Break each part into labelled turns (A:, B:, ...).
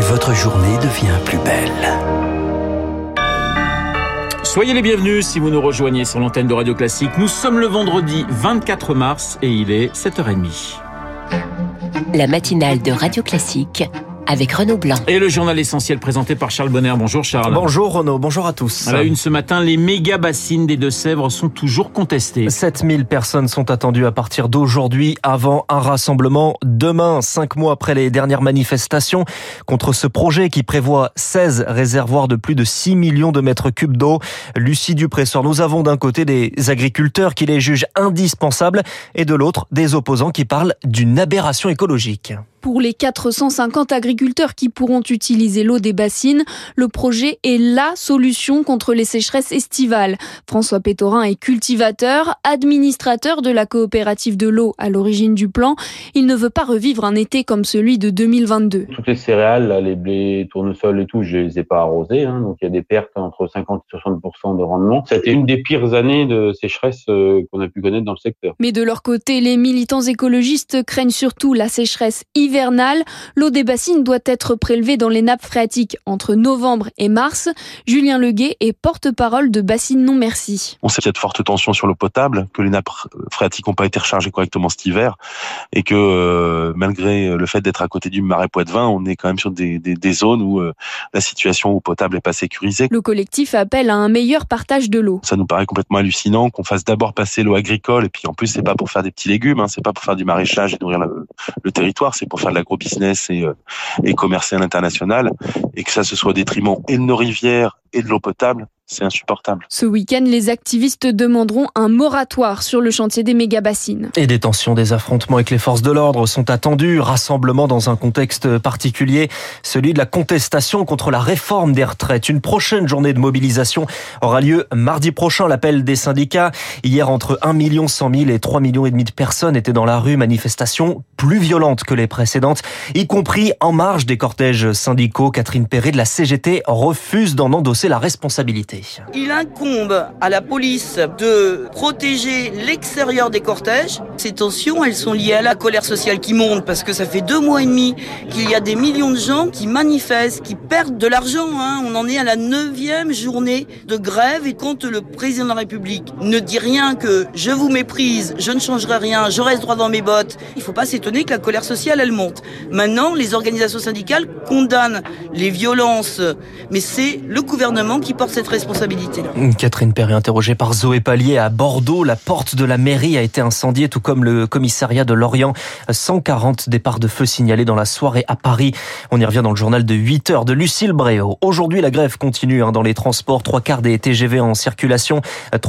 A: votre journée devient plus belle.
B: Soyez les bienvenus si vous nous rejoignez sur l'antenne de Radio Classique. Nous sommes le vendredi 24 mars et il est 7h30.
C: La matinale de Radio Classique avec Renaud Blanc.
B: Et le journal essentiel présenté par Charles Bonner. Bonjour Charles.
D: Bonjour Renaud, bonjour à tous.
B: À la une ce matin, les méga-bassines des Deux-Sèvres sont toujours contestées.
D: 7000 personnes sont attendues à partir d'aujourd'hui avant un rassemblement demain, 5 mois après les dernières manifestations contre ce projet qui prévoit 16 réservoirs de plus de 6 millions de mètres cubes d'eau. Lucie Dupressor, nous avons d'un côté des agriculteurs qui les jugent indispensables et de l'autre des opposants qui parlent d'une aberration écologique.
E: Pour les 450 agriculteurs qui pourront utiliser l'eau des bassines, le projet est la solution contre les sécheresses estivales. François Pétorin est cultivateur, administrateur de la coopérative de l'eau à l'origine du plan. Il ne veut pas revivre un été comme celui de 2022.
F: Toutes les céréales, là, les blés, tournesols et tout, je les ai pas arrosés, donc il y a des pertes entre 50 et 60% de rendement. C'était une des pires années de sécheresse qu'on a pu connaître dans le secteur.
E: Mais de leur côté, les militants écologistes craignent surtout la sécheresse hivernale. L'eau des bassines doit être prélevée dans les nappes phréatiques entre novembre et mars. Julien Leguet est porte-parole de Bassines Non Merci.
G: On sait qu'il y a de fortes tensions sur l'eau potable, que les nappes phréatiques n'ont pas été rechargées correctement cet hiver et que malgré le fait d'être à côté du marais Poitevin, on est quand même sur des zones où la situation eau potable n'est pas sécurisée.
E: Le collectif appelle à un meilleur partage de l'eau.
G: Ça nous paraît complètement hallucinant qu'on fasse d'abord passer l'eau agricole et puis en plus c'est pas pour faire des petits légumes, c'est pas pour faire du maraîchage et nourrir le territoire, c'est pour faire de l'agro-business et commercer à l'international, et que ça se soit au détriment et de nos rivières et de l'eau potable, c'est insupportable.
E: Ce week-end, les activistes demanderont un moratoire sur le chantier des méga-bassines.
D: Et des tensions, des affrontements avec les forces de l'ordre sont attendus. Rassemblement dans un contexte particulier, celui de la contestation contre la réforme des retraites. Une prochaine journée de mobilisation aura lieu mardi prochain. L'appel des syndicats. Hier, entre 1 100 000 et 3,5 millions de personnes étaient dans la rue. Manifestation plus violente que les précédentes, y compris en marge des cortèges syndicaux. Catherine Perret de la CGT refuse d'en endosser la responsabilité.
H: Il incombe à la police de protéger l'extérieur des cortèges. Ces tensions, elles sont liées à la colère sociale qui monte parce que ça fait 2 mois et demi qu'il y a des millions de gens qui manifestent, qui perdent de l'argent. On en est à la 9e journée de grève et quand le président de la République ne dit rien que je vous méprise, je ne changerai rien, je reste droit dans mes bottes, il ne faut pas s'étonner que la colère sociale, elle monte. Maintenant, les organisations syndicales condamnent les violences, mais c'est le gouvernement qui porte cette responsabilité.
D: Catherine Perret interrogée par Zoé Pallier à Bordeaux. La porte de la mairie a été incendiée, tout comme le commissariat de Lorient. 140 départs de feu signalés dans la soirée à Paris. On y revient dans le journal de 8h de Lucille Bréau. Aujourd'hui, la grève continue dans les transports. 3/4 des TGV en circulation,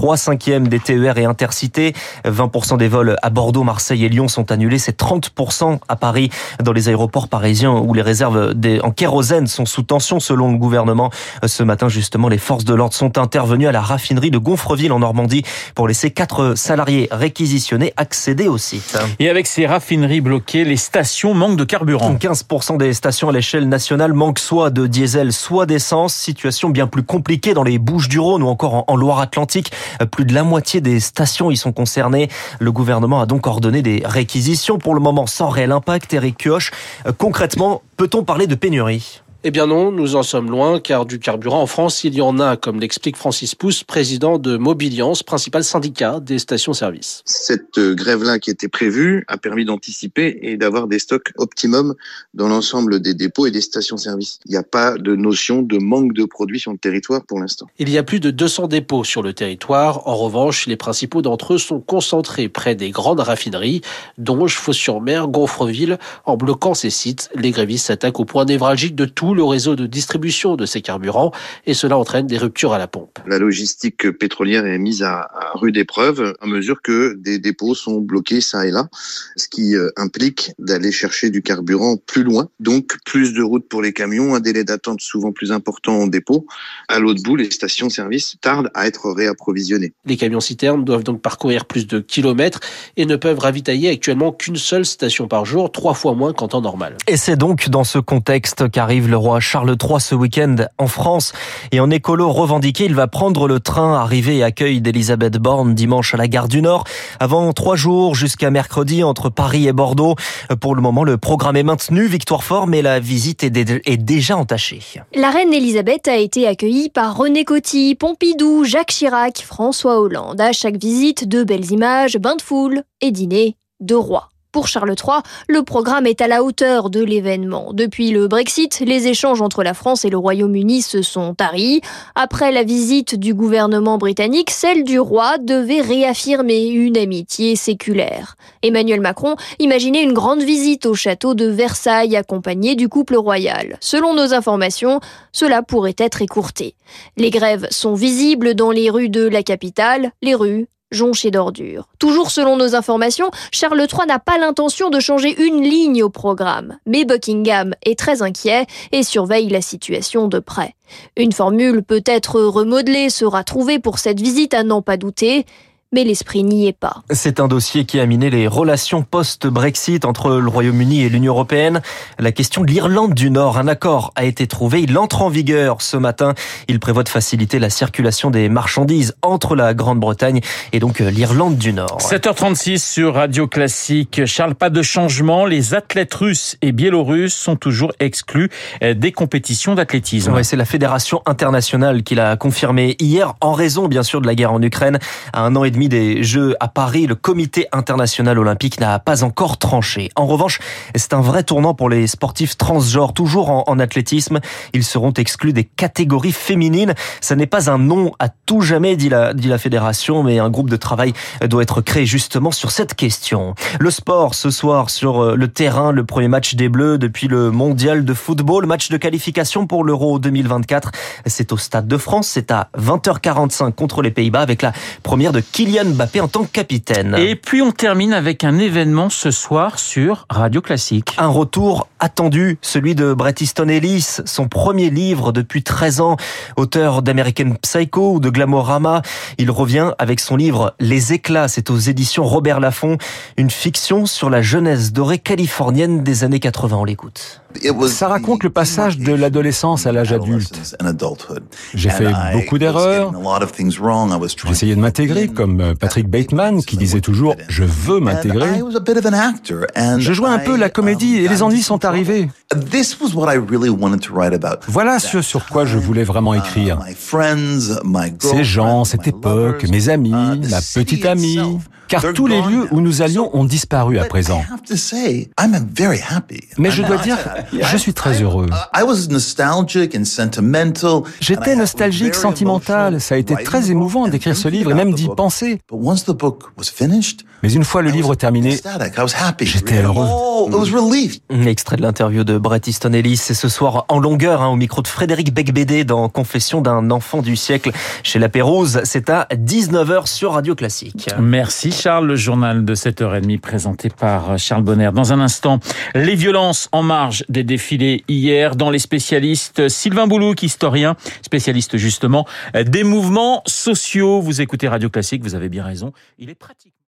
D: 3/5 des TER et Intercités. 20% des vols à Bordeaux, Marseille et Lyon sont annulés. C'est 30% à Paris. Dans les aéroports parisiens où les réserves en kérosène sont sous tension selon le gouvernement. Ce matin, justement, les forces de l'ordre sont intervenus à la raffinerie de Gonfreville en Normandie pour laisser 4 salariés réquisitionnés accéder au site.
B: Et avec ces raffineries bloquées, les stations manquent de carburant.
D: 15% des stations à l'échelle nationale manquent soit de diesel, soit d'essence. Situation bien plus compliquée dans les Bouches-du-Rhône ou encore en Loire-Atlantique. Plus de la moitié des stations y sont concernées. Le gouvernement a donc ordonné des réquisitions pour le moment sans réel impact. Éric Kioch, concrètement, peut-on parler de pénurie ?
I: Eh bien non, nous en sommes loin, car du carburant en France, il y en a, comme l'explique Francis Pousse, président de Mobiliance, principal syndicat des stations-service.
J: Cette grève-là qui était prévue a permis d'anticiper et d'avoir des stocks optimum dans l'ensemble des dépôts et des stations-service. Il n'y a pas de notion de manque de produits sur le territoire pour l'instant.
I: Il y a plus de 200 dépôts sur le territoire. En revanche, les principaux d'entre eux sont concentrés près des grandes raffineries, Donges, Fos-sur-Mer, Gonfreville. En bloquant ces sites, les grévistes s'attaquent au point névralgique de tout le réseau de distribution de ces carburants et cela entraîne des ruptures à la pompe.
J: La logistique pétrolière est mise à rude épreuve à mesure que des dépôts sont bloqués ça et là, ce qui implique d'aller chercher du carburant plus loin, donc plus de routes pour les camions, un délai d'attente souvent plus important en dépôt. À l'autre bout, les stations-service tardent à être réapprovisionnées.
I: Les camions-citernes doivent donc parcourir plus de kilomètres et ne peuvent ravitailler actuellement qu'une seule station par jour, 3 fois moins qu'en temps normal.
D: Et c'est donc dans ce contexte qu'arrive le roi Charles III ce week-end en France. Et en écolo revendiqué, il va prendre le train, arriver et accueil d'Elisabeth Borne dimanche à la gare du Nord. Avant 3 jours jusqu'à mercredi entre Paris et Bordeaux. Pour le moment, le programme est maintenu. Victoire fort, mais la visite est déjà entachée.
K: La reine Elisabeth a été accueillie par René Coty, Pompidou, Jacques Chirac, François Hollande. À chaque visite, de belles images, bains de foule et dîner de roi. Pour Charles III, le programme est à la hauteur de l'événement. Depuis le Brexit, les échanges entre la France et le Royaume-Uni se sont taris. Après la visite du gouvernement britannique, celle du roi devait réaffirmer une amitié séculaire. Emmanuel Macron imaginait une grande visite au château de Versailles accompagnée du couple royal. Selon nos informations, cela pourrait être écourté. Les grèves sont visibles dans les rues de la capitale, les rues jonchées d'ordures. Toujours selon nos informations, Charles III n'a pas l'intention de changer une ligne au programme. Mais Buckingham est très inquiet et surveille la situation de près. Une formule peut-être remodelée sera trouvée pour cette visite à n'en pas douter. Mais l'esprit n'y est pas.
D: C'est un dossier qui a miné les relations post-Brexit entre le Royaume-Uni et l'Union européenne. La question de l'Irlande du Nord, un accord a été trouvé. Il entre en vigueur ce matin. Il prévoit de faciliter la circulation des marchandises entre la Grande-Bretagne et donc l'Irlande du Nord.
B: 7h36 sur Radio Classique. Charles, pas de changement. Les athlètes russes et biélorusses sont toujours exclus des compétitions d'athlétisme.
D: Ouais, c'est la Fédération internationale qui l'a confirmé hier en raison, bien sûr, de la guerre en Ukraine. À 1 an et demi des Jeux à Paris, le comité international olympique n'a pas encore tranché. En revanche, c'est un vrai tournant pour les sportifs transgenres, toujours en athlétisme. Ils seront exclus des catégories féminines. Ça n'est pas un non à tout jamais, dit la fédération, mais un groupe de travail doit être créé justement sur cette question. Le sport, ce soir, sur le terrain, le premier match des Bleus depuis le mondial de football, match de qualification pour l'Euro 2024. C'est au Stade de France, c'est à 20h45 contre les Pays-Bas avec la première de Kylian Mbappé en tant que capitaine.
B: Et puis on termine avec un événement ce soir sur Radio Classique.
D: Un retour attendu, celui de Bret Easton Ellis, son premier livre depuis 13 ans, auteur d'American Psycho ou de Glamorama. Il revient avec son livre Les Éclats, c'est aux éditions Robert Laffont, une fiction sur la jeunesse dorée californienne des années 80. On l'écoute.
L: Ça raconte le passage de l'adolescence à l'âge adulte. J'ai fait beaucoup d'erreurs. J'ai essayé de m'intégrer, comme Patrick Bateman, qui disait toujours « je veux m'intégrer ». Je jouais un peu la comédie et les ennuis sont arrivés. Voilà ce sur quoi je voulais vraiment écrire. Ces gens, cette époque, mes amis, ma petite amie... Car tous les lieux où nous allions ont disparu à présent. Mais je dois dire, je suis très heureux. J'étais nostalgique, sentimental. Ça a été très émouvant d'écrire ce livre et même d'y penser. Mais une fois le livre terminé, j'étais heureux.
D: Extrait de l'interview de Bret Easton Ellis, c'est ce soir en longueur au micro de Frédéric Becbédé dans Confession d'un enfant du siècle chez La Pérouse. C'est à 19h sur Radio Classique.
B: Merci Charles, le journal de 7h30 présenté par Charles Bonner. Dans un instant, les violences en marge des défilés hier dans les spécialistes. Sylvain Boulouk, historien, spécialiste justement des mouvements sociaux. Vous écoutez Radio Classique, vous avez bien raison. Il est pratique.